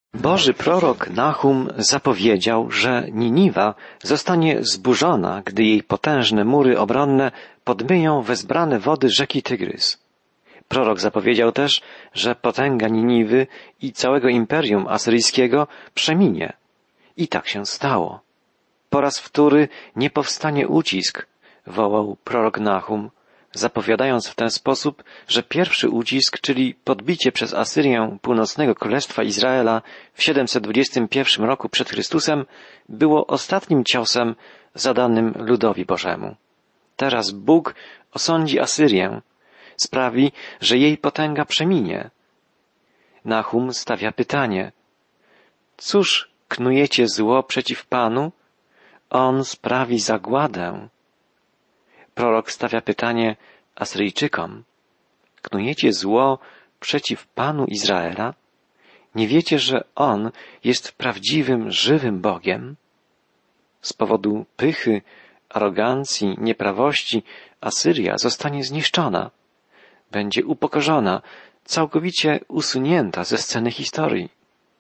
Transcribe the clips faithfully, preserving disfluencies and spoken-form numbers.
Boży prorok Nahum zapowiedział, że Niniwa zostanie zburzona, gdy jej potężne mury obronne podmyją wezbrane wody rzeki Tygrys. Prorok zapowiedział też, że potęga Niniwy i całego imperium asyryjskiego przeminie. I tak się stało. Po raz wtóry nie powstanie ucisk, wołał prorok Nahum, zapowiadając w ten sposób, że pierwszy ucisk, czyli podbicie przez Asyrię północnego królestwa Izraela w siedemset dwudziestym pierwszym roku przed Chrystusem, było ostatnim ciosem zadanym ludowi Bożemu. Teraz Bóg osądzi Asyrię, sprawi, że jej potęga przeminie. Nahum stawia pytanie: cóż knujecie zło przeciw Panu? On sprawi zagładę. Prorok stawia pytanie Asyryjczykom: knujecie zło przeciw Panu Izraela? Nie wiecie, że On jest prawdziwym, żywym Bogiem? Z powodu pychy, arogancji, nieprawości Asyria zostanie zniszczona. Będzie upokorzona, całkowicie usunięta ze sceny historii.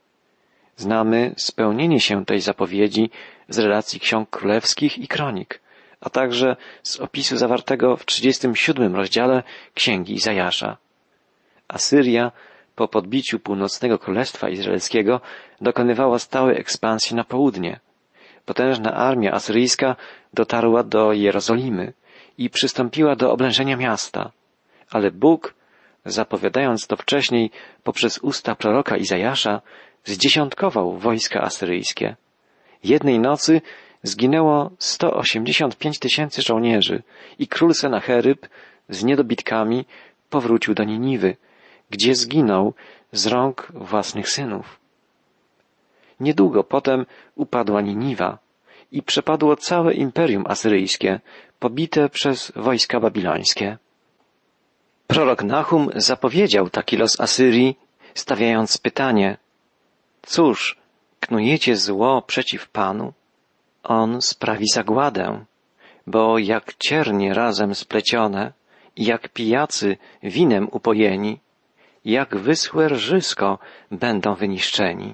Znamy spełnienie się tej zapowiedzi z relacji ksiąg królewskich i kronik, a także z opisu zawartego w trzydziestym siódmym rozdziale Księgi Izajasza. Asyria po podbiciu północnego królestwa izraelskiego dokonywała stałej ekspansji na południe. Potężna armia asyryjska dotarła do Jerozolimy i przystąpiła do oblężenia miasta. Ale Bóg, zapowiadając to wcześniej poprzez usta proroka Izajasza, zdziesiątkował wojska asyryjskie. Jednej nocy zginęło sto osiemdziesiąt pięć tysięcy żołnierzy i król Senacheryb z niedobitkami powrócił do Niniwy, gdzie zginął z rąk własnych synów. Niedługo potem upadła Niniwa i przepadło całe imperium asyryjskie, pobite przez wojska babilońskie. Prorok Nahum zapowiedział taki los Asyrii, stawiając pytanie: cóż, knujecie zło przeciw Panu? On sprawi zagładę, bo jak ciernie razem splecione, jak pijacy winem upojeni, jak wyschłe rżysko będą wyniszczeni.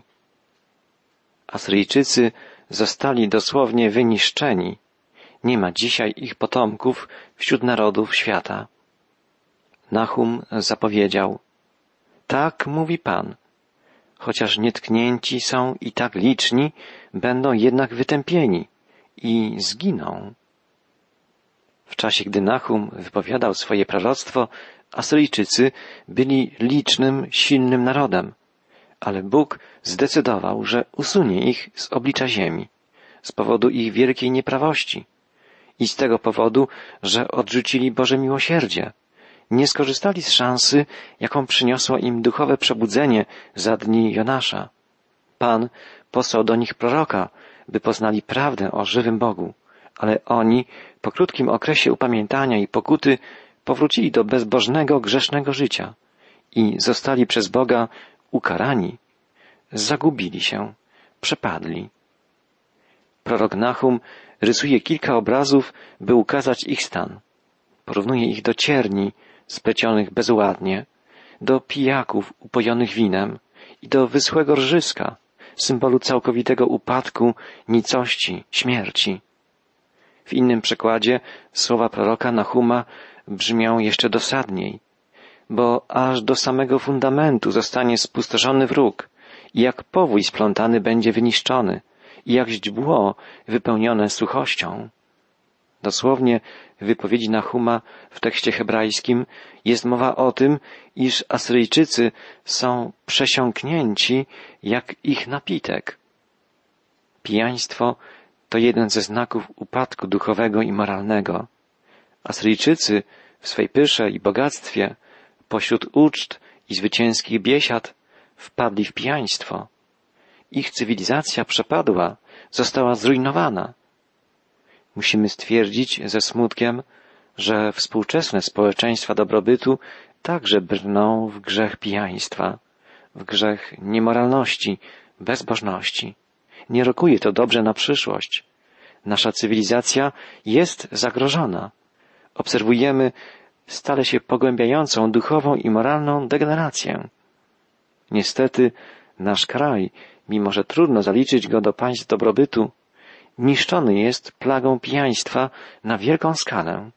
Asyryjczycy zostali dosłownie wyniszczeni. Nie ma dzisiaj ich potomków wśród narodów świata. Nahum zapowiedział: tak mówi Pan, chociaż nietknięci są i tak liczni, będą jednak wytępieni i zginą. W czasie, gdy Nahum wypowiadał swoje proroctwo, Asyryjczycy byli licznym, silnym narodem, ale Bóg zdecydował, że usunie ich z oblicza ziemi z powodu ich wielkiej nieprawości i z tego powodu, że odrzucili Boże miłosierdzie. Nie skorzystali z szansy, jaką przyniosło im duchowe przebudzenie za dni Jonasza. Pan posłał do nich proroka, by poznali prawdę o żywym Bogu, ale oni po krótkim okresie upamiętania i pokuty powrócili do bezbożnego, grzesznego życia i zostali przez Boga ukarani. Zagubili się, przepadli. Prorok Nahum rysuje kilka obrazów, by ukazać ich stan. Porównuje ich do cierni splecionych bezładnie, do pijaków upojonych winem i do wyschłego rżyska, symbolu całkowitego upadku, nicości, śmierci. W innym przekładzie słowa proroka Nahuma brzmią jeszcze dosadniej, bo aż do samego fundamentu zostanie spustoszony wróg i jak powój splątany będzie wyniszczony i jak źdźbło wypełnione suchością. Dosłownie w wypowiedzi Nahuma w tekście hebrajskim jest mowa o tym, iż Asyryjczycy są przesiąknięci jak ich napitek. Pijaństwo to jeden ze znaków upadku duchowego i moralnego. Asyryjczycy w swej pysze i bogactwie, pośród uczt i zwycięskich biesiad, wpadli w pijaństwo. Ich cywilizacja przepadła, została zrujnowana. Musimy stwierdzić ze smutkiem, że współczesne społeczeństwa dobrobytu także brną w grzech pijaństwa, w grzech niemoralności, bezbożności. Nie rokuje to dobrze na przyszłość. Nasza cywilizacja jest zagrożona. Obserwujemy stale się pogłębiającą duchową i moralną degenerację. Niestety Nasz kraj, mimo że trudno zaliczyć go do państw dobrobytu, niszczony jest plagą pijaństwa na wielką skalę.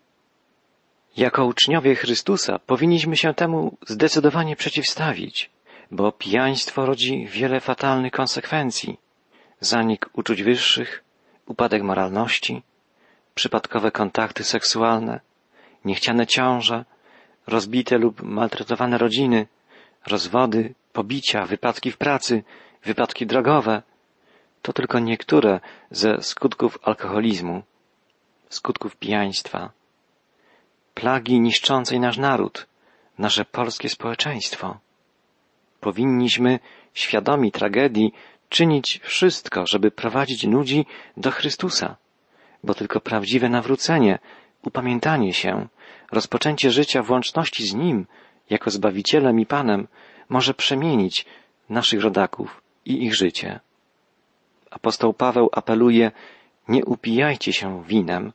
Jako uczniowie Chrystusa powinniśmy się temu zdecydowanie przeciwstawić, bo pijaństwo rodzi wiele fatalnych konsekwencji. Zanik uczuć wyższych, upadek moralności, przypadkowe kontakty seksualne, niechciane ciąże, rozbite lub maltretowane rodziny, rozwody, pobicia, wypadki w pracy, wypadki drogowe. To tylko niektóre ze skutków alkoholizmu, skutków pijaństwa, plagi niszczącej nasz naród, nasze polskie społeczeństwo. Powinniśmy, świadomi tragedii, czynić wszystko, żeby prowadzić ludzi do Chrystusa, bo tylko prawdziwe nawrócenie, upamiętanie się, rozpoczęcie życia w łączności z Nim, jako Zbawicielem i Panem, może przemienić naszych rodaków i ich życie. Apostoł Paweł apeluje: nie upijajcie się winem.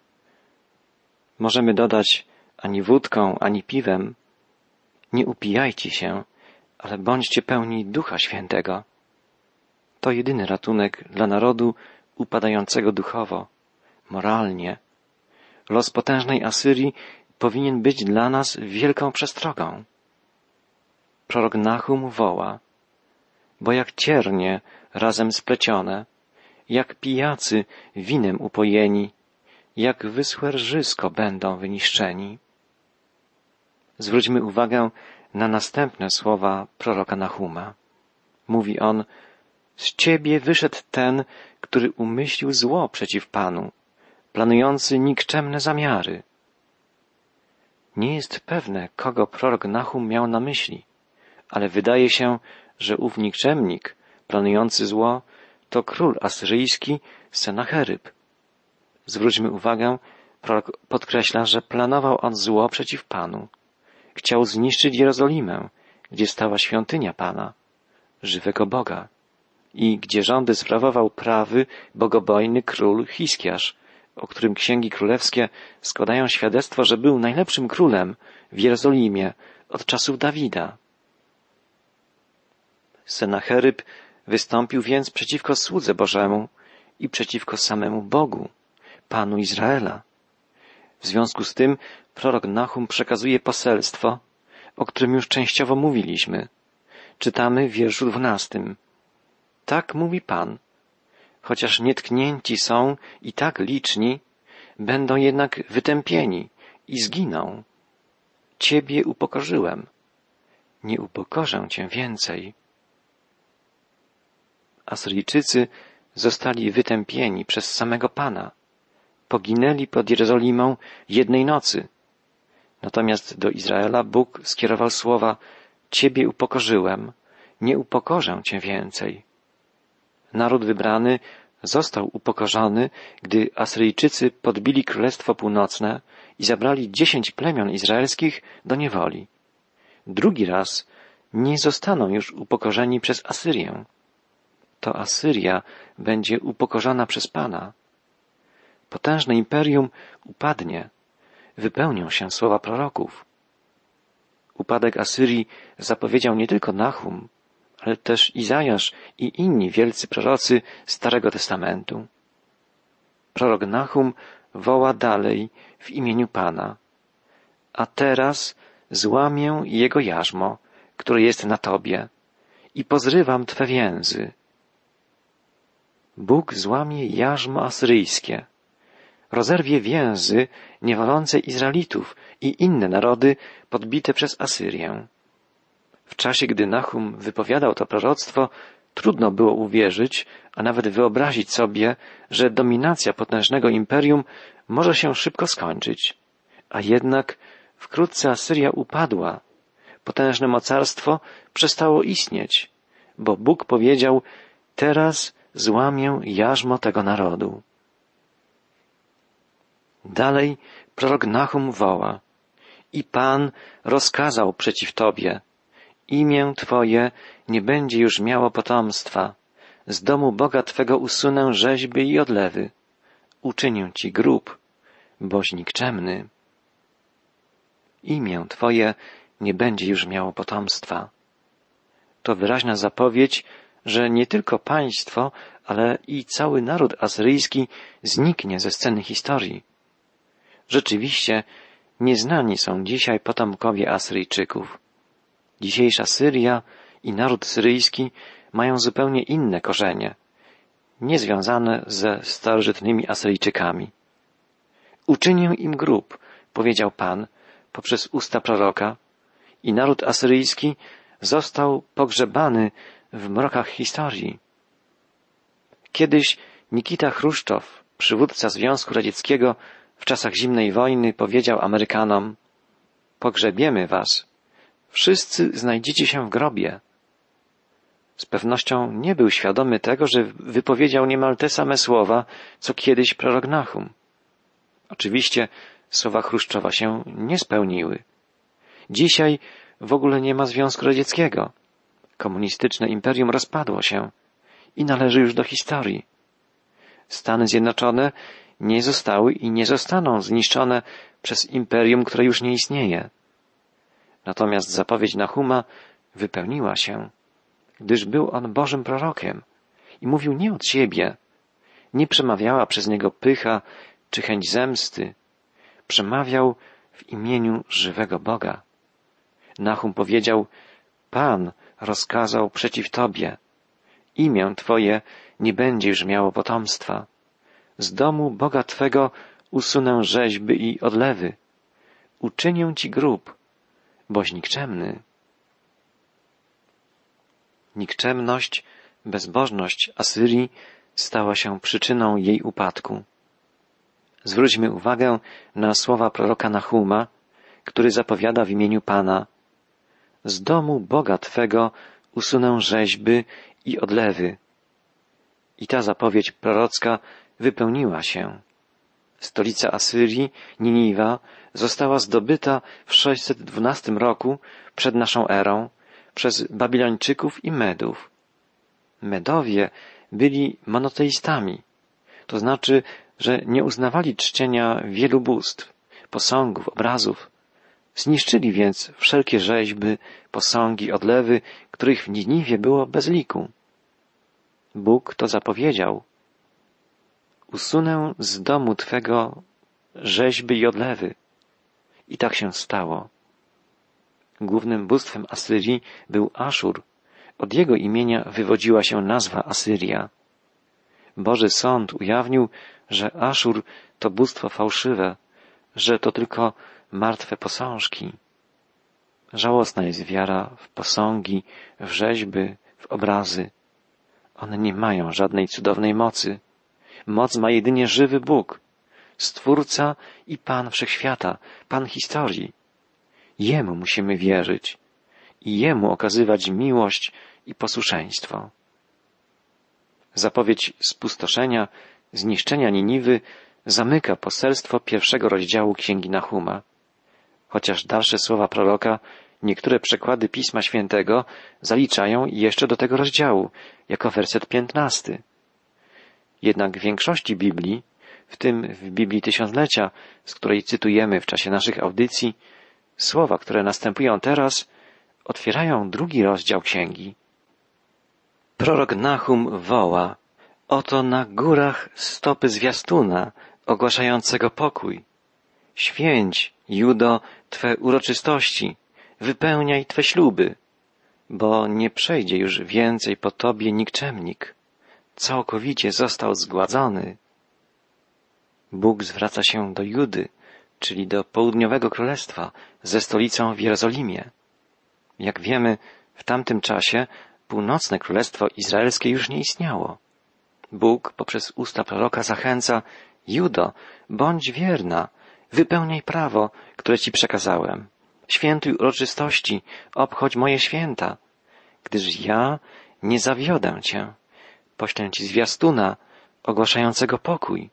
Możemy dodać: ani wódką, ani piwem. Nie upijajcie się, ale bądźcie pełni Ducha Świętego. To jedyny ratunek dla narodu upadającego duchowo, moralnie. Los potężnej Asyrii powinien być dla nas wielką przestrogą. Prorok Nachum woła: bo jak ciernie razem splecione, jak pijacy winem upojeni, jak wyschłe rżysko będą wyniszczeni. Zwróćmy uwagę na następne słowa proroka Nachuma. Mówi on: z ciebie wyszedł ten, który umyślił zło przeciw Panu, planujący nikczemne zamiary. Nie jest pewne, kogo prorok Nachum miał na myśli, ale wydaje się, że ów nikczemnik, planujący zło, to król asyryjski Senacheryb. Zwróćmy uwagę, prorok podkreśla, że planował on zło przeciw Panu. Chciał zniszczyć Jerozolimę, gdzie stała świątynia Pana, żywego Boga, i gdzie rządy sprawował prawy, bogobojny król Hiskiarz, o którym księgi królewskie składają świadectwo, że był najlepszym królem w Jerozolimie od czasów Dawida. Senacheryb wystąpił więc przeciwko słudze Bożemu i przeciwko samemu Bogu, Panu Izraela. W związku z tym prorok Nachum przekazuje poselstwo, o którym już częściowo mówiliśmy. Czytamy w wierszu dwunastym. Tak mówi Pan: chociaż nietknięci są i tak liczni, będą jednak wytępieni i zginą. Ciebie upokorzyłem, nie upokorzę Cię więcej. Asyryjczycy zostali wytępieni przez samego Pana. Poginęli pod Jerozolimą jednej nocy. Natomiast do Izraela Bóg skierował słowa: Ciebie upokorzyłem, nie upokorzę Cię więcej. Naród wybrany został upokorzony, gdy Asyryjczycy podbili Królestwo Północne i zabrali dziesięć plemion izraelskich do niewoli. Drugi raz nie zostaną już upokorzeni przez Asyrię. To Asyria będzie upokorzona przez Pana. Potężne imperium upadnie, wypełnią się słowa proroków. Upadek Asyrii zapowiedział nie tylko Nachum, ale też Izajasz i inni wielcy prorocy Starego Testamentu. Prorok Nachum woła dalej w imieniu Pana: a teraz złamię jego jarzmo, które jest na Tobie, i pozrywam Twe więzy. Bóg złamie jarzmo asyryjskie, rozerwie więzy niewolące Izraelitów i inne narody podbite przez Asyrię. W czasie, gdy Nachum wypowiadał to proroctwo, trudno było uwierzyć, a nawet wyobrazić sobie, że dominacja potężnego imperium może się szybko skończyć. A jednak wkrótce Asyria upadła. Potężne mocarstwo przestało istnieć, bo Bóg powiedział: teraz złamię jarzmo tego narodu. Dalej prorok Nachum woła: i Pan rozkazał przeciw Tobie: imię Twoje nie będzie już miało potomstwa. Z domu Boga Twego usunę rzeźby i odlewy. Uczynię Ci grób, boś nikczemny. Imię Twoje nie będzie już miało potomstwa. to wyraźna zapowiedź, że nie tylko państwo, ale i cały naród asyryjski zniknie ze sceny historii. Rzeczywiście nieznani są dzisiaj potomkowie Asyryjczyków. Dzisiejsza Syria i naród syryjski mają zupełnie inne korzenie, niezwiązane ze starożytnymi Asyryjczykami. Uczynię im grób, powiedział Pan poprzez usta proroka, i naród asyryjski został pogrzebany w mrokach historii. Kiedyś Nikita Chruszczow, przywódca Związku Radzieckiego w czasach zimnej wojny, powiedział Amerykanom: pogrzebiemy was, wszyscy znajdziecie się w grobie. Z pewnością nie był świadomy tego, że wypowiedział niemal te same słowa, co kiedyś prorok Nachum. Oczywiście słowa Chruszczowa się nie spełniły. Dzisiaj w ogóle nie ma Związku Radzieckiego. Komunistyczne imperium rozpadło się i należy już do historii. Stany Zjednoczone nie zostały i nie zostaną zniszczone przez imperium, które już nie istnieje. Natomiast zapowiedź Nahuma wypełniła się, gdyż był on Bożym prorokiem i mówił nie od siebie. Nie przemawiała przez niego pycha czy chęć zemsty. Przemawiał w imieniu żywego Boga. Nahum powiedział: Pan rozkazał przeciw Tobie. Imię Twoje nie będzie już miało potomstwa. Z domu Boga Twego usunę rzeźby i odlewy. Uczynię Ci grób, boś nikczemny. Nikczemność, bezbożność Asyrii stała się przyczyną jej upadku. Zwróćmy uwagę na słowa proroka Nahuma, który zapowiada w imieniu Pana: z domu Boga Twego usunę rzeźby i odlewy. I ta zapowiedź prorocka wypełniła się. Stolica Asyrii, Niniwa, została zdobyta w sześćset dwunastym roku przed naszą erą przez Babilończyków i Medów. Medowie byli monoteistami, to znaczy, że nie uznawali czczenia wielu bóstw, posągów, obrazów. Zniszczyli więc wszelkie rzeźby, posągi, odlewy, których w Niniwie było bez liku. Bóg to zapowiedział: usunę z domu Twego rzeźby i odlewy. I tak się stało. Głównym bóstwem Asyrii był Aszur. Od jego imienia wywodziła się nazwa Asyria. Boży sąd ujawnił, że Aszur to bóstwo fałszywe, że to tylko martwe posążki. Żałosna jest wiara w posągi, w rzeźby, w obrazy. One nie mają żadnej cudownej mocy. Moc ma jedynie żywy Bóg, Stwórca i Pan Wszechświata, Pan historii. Jemu musimy wierzyć i Jemu okazywać miłość i posłuszeństwo. Zapowiedź spustoszenia, zniszczenia Niniwy zamyka poselstwo pierwszego rozdziału Księgi Nahuma. Chociaż dalsze słowa proroka, niektóre przekłady Pisma Świętego zaliczają jeszcze do tego rozdziału, jako werset piętnasty. Jednak w większości Biblii, w tym w Biblii Tysiąclecia, z której cytujemy w czasie naszych audycji, słowa, które następują teraz, otwierają drugi rozdział Księgi. Prorok Nahum woła: oto na górach stopy zwiastuna ogłaszającego pokój. Święć, Judo, Twe uroczystości, wypełniaj Twe śluby, bo nie przejdzie już więcej po Tobie nikczemnik. Całkowicie został zgładzony. Bóg zwraca się do Judy, czyli do południowego królestwa, ze stolicą w Jerozolimie. Jak wiemy, w tamtym czasie północne królestwo izraelskie już nie istniało. Bóg poprzez usta proroka zachęca: Judo, bądź wierna, wypełniaj prawo, które Ci przekazałem. Świętuj uroczystości, obchodź moje święta, gdyż ja nie zawiodę Cię. Poślę Ci zwiastuna ogłaszającego pokój.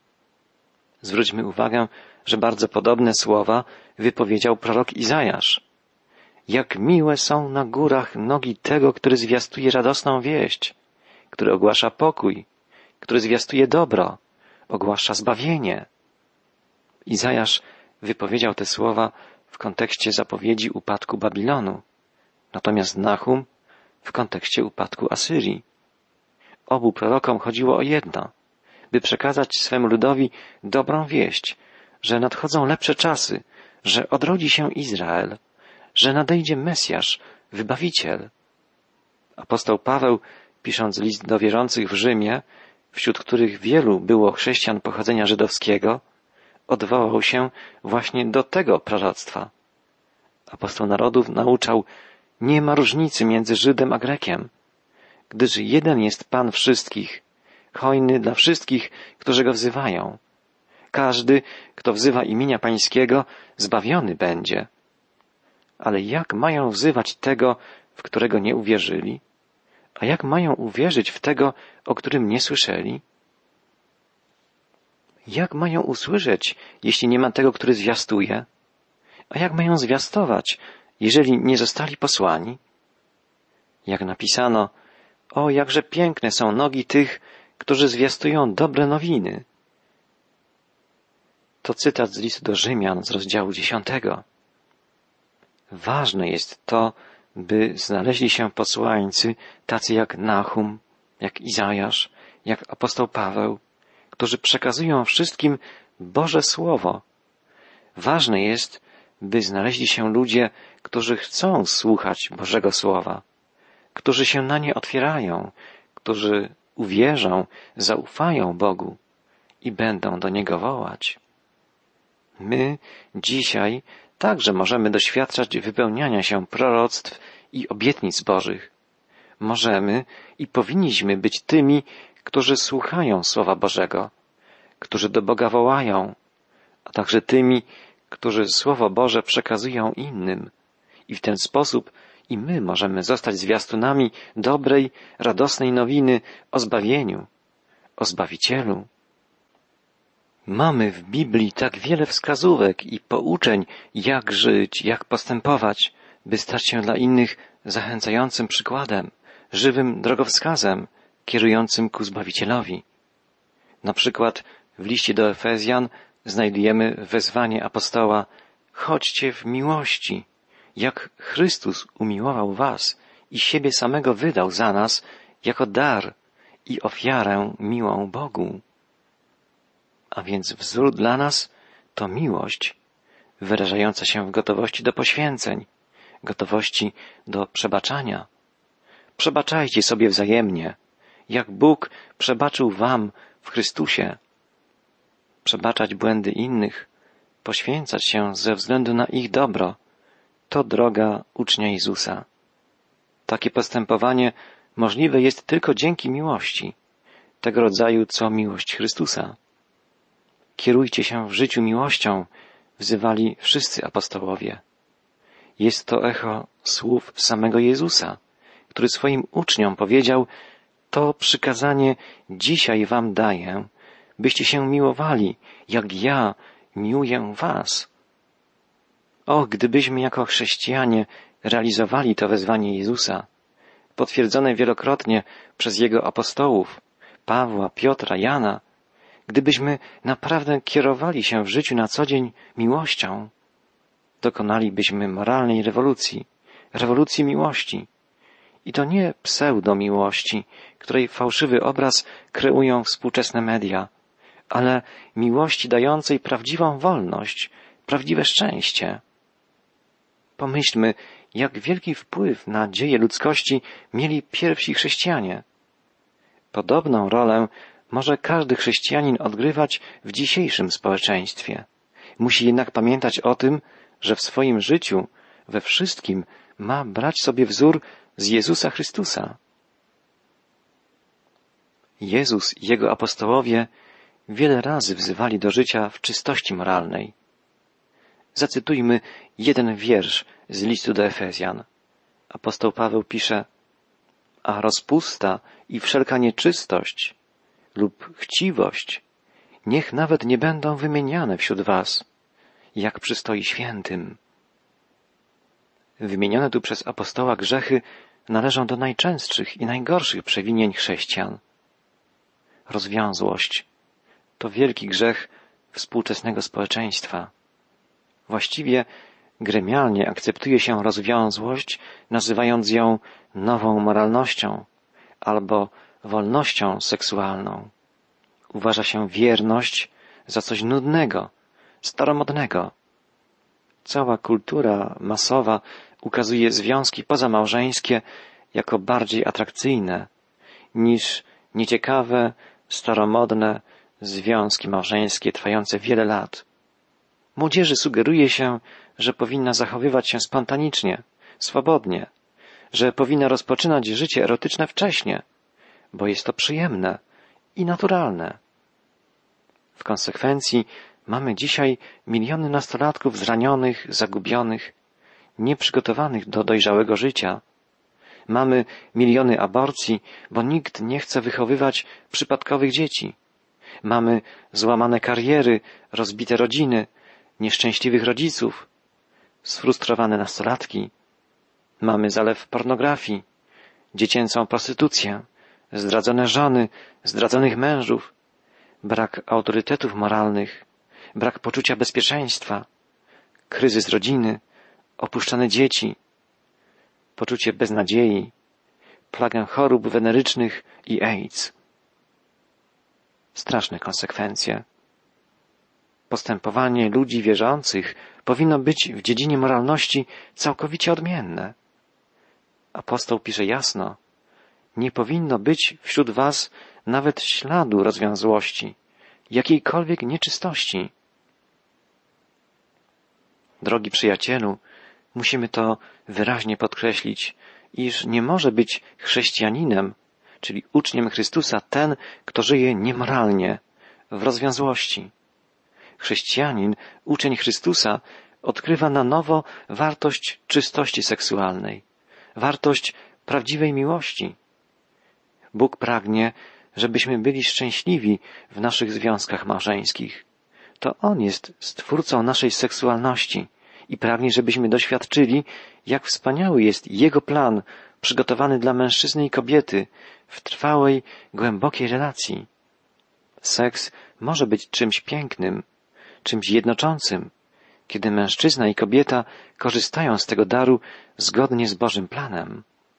Zwróćmy uwagę, że bardzo podobne słowa wypowiedział prorok Izajasz. Jak miłe są na górach nogi tego, który zwiastuje radosną wieść, który ogłasza pokój, który zwiastuje dobro, ogłasza zbawienie. Izajasz wypowiedział te słowa w kontekście zapowiedzi upadku Babilonu. Natomiast Nahum w kontekście upadku Asyrii. Obu prorokom chodziło o jedno, by przekazać swemu ludowi dobrą wieść, że nadchodzą lepsze czasy, że odrodzi się Izrael, że nadejdzie Mesjasz, Wybawiciel. Apostoł Paweł, pisząc list do wierzących w Rzymie, wśród których wielu było chrześcijan pochodzenia żydowskiego, odwołał się właśnie do tego proroctwa. Apostoł narodów nauczał, nie ma różnicy między Żydem a Grekiem, gdyż jeden jest Pan wszystkich, hojny dla wszystkich, którzy Go wzywają. Każdy, kto wzywa imienia Pańskiego, zbawiony będzie. Ale jak mają wzywać tego, w którego nie uwierzyli? A jak mają uwierzyć w tego, o którym nie słyszeli? Jak mają usłyszeć, jeśli nie ma tego, który zwiastuje? A jak mają zwiastować, jeżeli nie zostali posłani? Jak napisano, o jakże piękne są nogi tych, którzy zwiastują dobre nowiny. To cytat z listu do Rzymian z rozdziału dziesiątego. Ważne jest to, by znaleźli się posłańcy tacy jak Nahum, jak Izajasz, jak apostoł Paweł, którzy przekazują wszystkim Boże Słowo. Ważne jest, by znaleźli się ludzie, którzy chcą słuchać Bożego Słowa, którzy się na nie otwierają, którzy uwierzą, zaufają Bogu i będą do Niego wołać. My dzisiaj także możemy doświadczać wypełniania się proroctw i obietnic Bożych. Możemy i powinniśmy być tymi, którzy słuchają Słowa Bożego, którzy do Boga wołają, a także tymi, którzy Słowo Boże przekazują innym. I w ten sposób i my możemy zostać zwiastunami dobrej, radosnej nowiny o zbawieniu, o Zbawicielu. Mamy w Biblii tak wiele wskazówek i pouczeń, jak żyć, jak postępować, by stać się dla innych zachęcającym przykładem, żywym drogowskazem, kierującym ku Zbawicielowi. Na przykład w liście do Efezjan znajdujemy wezwanie apostoła: chodźcie w miłości, jak Chrystus umiłował was i siebie samego wydał za nas jako dar i ofiarę miłą Bogu. A więc wzór dla nas to miłość wyrażająca się w gotowości do poświęceń, gotowości do przebaczania. Przebaczajcie sobie wzajemnie, jak Bóg przebaczył wam w Chrystusie. Przebaczać błędy innych, poświęcać się ze względu na ich dobro, to droga ucznia Jezusa. Takie postępowanie możliwe jest tylko dzięki miłości, tego rodzaju co miłość Chrystusa. Kierujcie się w życiu miłością, wzywali wszyscy apostołowie. Jest to echo słów samego Jezusa, który swoim uczniom powiedział: to przykazanie dzisiaj wam daję, byście się miłowali, jak ja miłuję was. O, gdybyśmy jako chrześcijanie realizowali to wezwanie Jezusa, potwierdzone wielokrotnie przez Jego apostołów, Pawła, Piotra, Jana, gdybyśmy naprawdę kierowali się w życiu na co dzień miłością, dokonalibyśmy moralnej rewolucji, rewolucji miłości. I to nie pseudo-miłości, której fałszywy obraz kreują współczesne media, ale miłości dającej prawdziwą wolność, prawdziwe szczęście. Pomyślmy, jak wielki wpływ na dzieje ludzkości mieli pierwsi chrześcijanie. Podobną rolę może każdy chrześcijanin odgrywać w dzisiejszym społeczeństwie. Musi jednak pamiętać o tym, że w swoim życiu, we wszystkim ma brać sobie wzór z Jezusa Chrystusa. Jezus i Jego apostołowie wiele razy wzywali do życia w czystości moralnej. Zacytujmy jeden wiersz z listu do Efezjan. Apostoł Paweł pisze: a rozpusta i wszelka nieczystość lub chciwość niech nawet nie będą wymieniane wśród was, jak przystoi świętym. Wymienione tu przez apostoła grzechy należą do najczęstszych i najgorszych przewinień chrześcijan. Rozwiązłość to wielki grzech współczesnego społeczeństwa. Właściwie gremialnie akceptuje się rozwiązłość, nazywając ją nową moralnością albo wolnością seksualną. Uważa się wierność za coś nudnego, staromodnego. Cała kultura masowa ukazuje związki pozamałżeńskie jako bardziej atrakcyjne niż nieciekawe, staromodne związki małżeńskie trwające wiele lat. Młodzieży sugeruje się, że powinna zachowywać się spontanicznie, swobodnie, że powinna rozpoczynać życie erotyczne wcześnie, bo jest to przyjemne i naturalne. W konsekwencji mamy dzisiaj miliony nastolatków zranionych, zagubionych, nieprzygotowanych do dojrzałego życia. Mamy miliony aborcji, bo nikt nie chce wychowywać przypadkowych dzieci. Mamy złamane kariery, rozbite rodziny, nieszczęśliwych rodziców, sfrustrowane nastolatki. Mamy zalew pornografii, dziecięcą prostytucję, zdradzone żony, zdradzonych mężów, brak autorytetów moralnych, brak poczucia bezpieczeństwa, kryzys rodziny, opuszczone dzieci, poczucie beznadziei, plagę chorób wenerycznych i AIDS. Straszne konsekwencje. Postępowanie ludzi wierzących powinno być w dziedzinie moralności całkowicie odmienne. Apostoł pisze jasno, nie powinno być wśród was nawet śladu rozwiązłości, jakiejkolwiek nieczystości. Drogi przyjacielu, musimy to wyraźnie podkreślić, iż nie może być chrześcijaninem, czyli uczniem Chrystusa, ten, kto żyje niemoralnie, w rozwiązłości. Chrześcijanin, uczeń Chrystusa, odkrywa na nowo wartość czystości seksualnej, wartość prawdziwej miłości. Bóg pragnie, żebyśmy byli szczęśliwi w naszych związkach małżeńskich. To On jest stwórcą naszej seksualności i pragnie, żebyśmy doświadczyli, jak wspaniały jest Jego plan przygotowany dla mężczyzny i kobiety w trwałej, głębokiej relacji. Seks może być czymś pięknym, czymś jednoczącym, kiedy mężczyzna i kobieta korzystają z tego daru zgodnie z Bożym planem.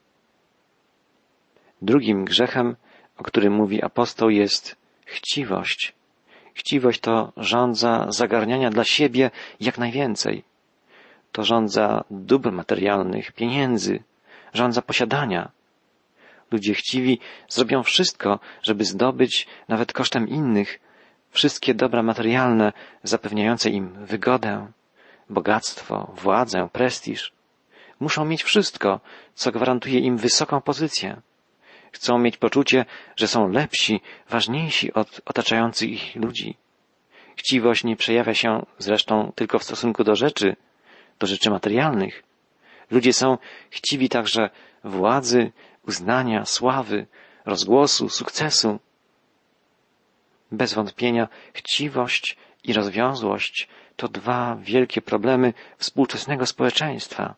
Drugim grzechem, o którym mówi apostoł, jest chciwość. Chciwość to żądza zagarniania dla siebie jak najwięcej. To żądza dóbr materialnych, pieniędzy, żądza posiadania. Ludzie chciwi zrobią wszystko, żeby zdobyć, nawet kosztem innych, wszystkie dobra materialne zapewniające im wygodę, bogactwo, władzę, prestiż. Muszą mieć wszystko, co gwarantuje im wysoką pozycję. Chcą mieć poczucie, że są lepsi, ważniejsi od otaczających ich ludzi. Chciwość nie przejawia się zresztą tylko w stosunku do rzeczy, do rzeczy materialnych. Ludzie są chciwi także władzy, uznania, sławy, rozgłosu, sukcesu. Bez wątpienia chciwość i rozwiązłość to dwa wielkie problemy współczesnego społeczeństwa.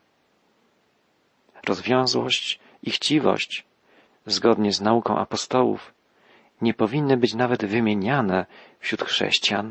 Rozwiązłość i chciwość, zgodnie z nauką apostołów, nie powinny być nawet wymieniane wśród chrześcijan.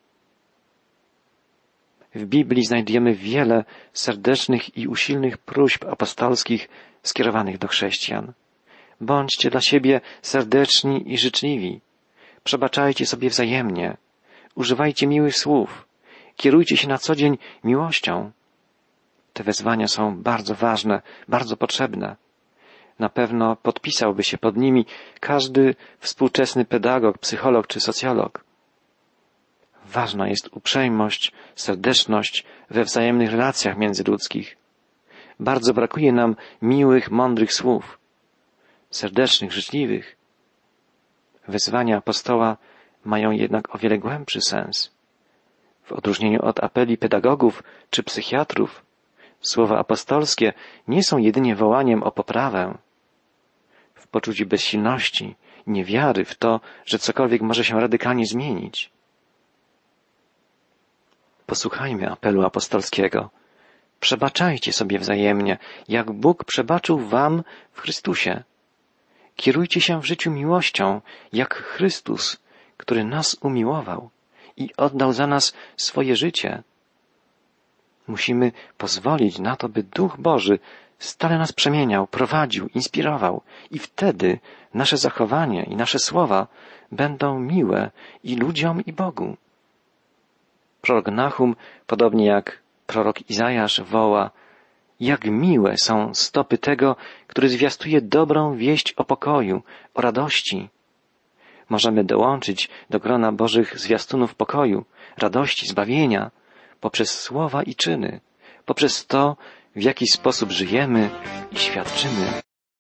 W Biblii znajdujemy wiele serdecznych i usilnych próśb apostolskich skierowanych do chrześcijan. Bądźcie dla siebie serdeczni i życzliwi. Przebaczajcie sobie wzajemnie. Używajcie miłych słów. Kierujcie się na co dzień miłością. Te wezwania są bardzo ważne, bardzo potrzebne. Na pewno podpisałby się pod nimi każdy współczesny pedagog, psycholog czy socjolog. Ważna jest uprzejmość, serdeczność we wzajemnych relacjach międzyludzkich. Bardzo brakuje nam miłych, mądrych słów, serdecznych, życzliwych. Wezwania apostoła mają jednak o wiele głębszy sens. W odróżnieniu od apeli pedagogów czy psychiatrów, słowa apostolskie nie są jedynie wołaniem o poprawę. W poczuciu bezsilności, niewiary w to, że cokolwiek może się radykalnie zmienić. Posłuchajmy apelu apostolskiego. Przebaczajcie sobie wzajemnie, jak Bóg przebaczył wam w Chrystusie. Kierujcie się w życiu miłością, jak Chrystus, który nas umiłował i oddał za nas swoje życie. Musimy pozwolić na to, by Duch Boży stale nas przemieniał, prowadził, inspirował i wtedy nasze zachowanie i nasze słowa będą miłe i ludziom, i Bogu. Prorok Nahum, podobnie jak prorok Izajasz, woła: jak miłe są stopy tego, który zwiastuje dobrą wieść o pokoju, o radości. Możemy dołączyć do grona Bożych zwiastunów pokoju, radości, zbawienia, poprzez słowa i czyny, poprzez to, w jaki sposób żyjemy i świadczymy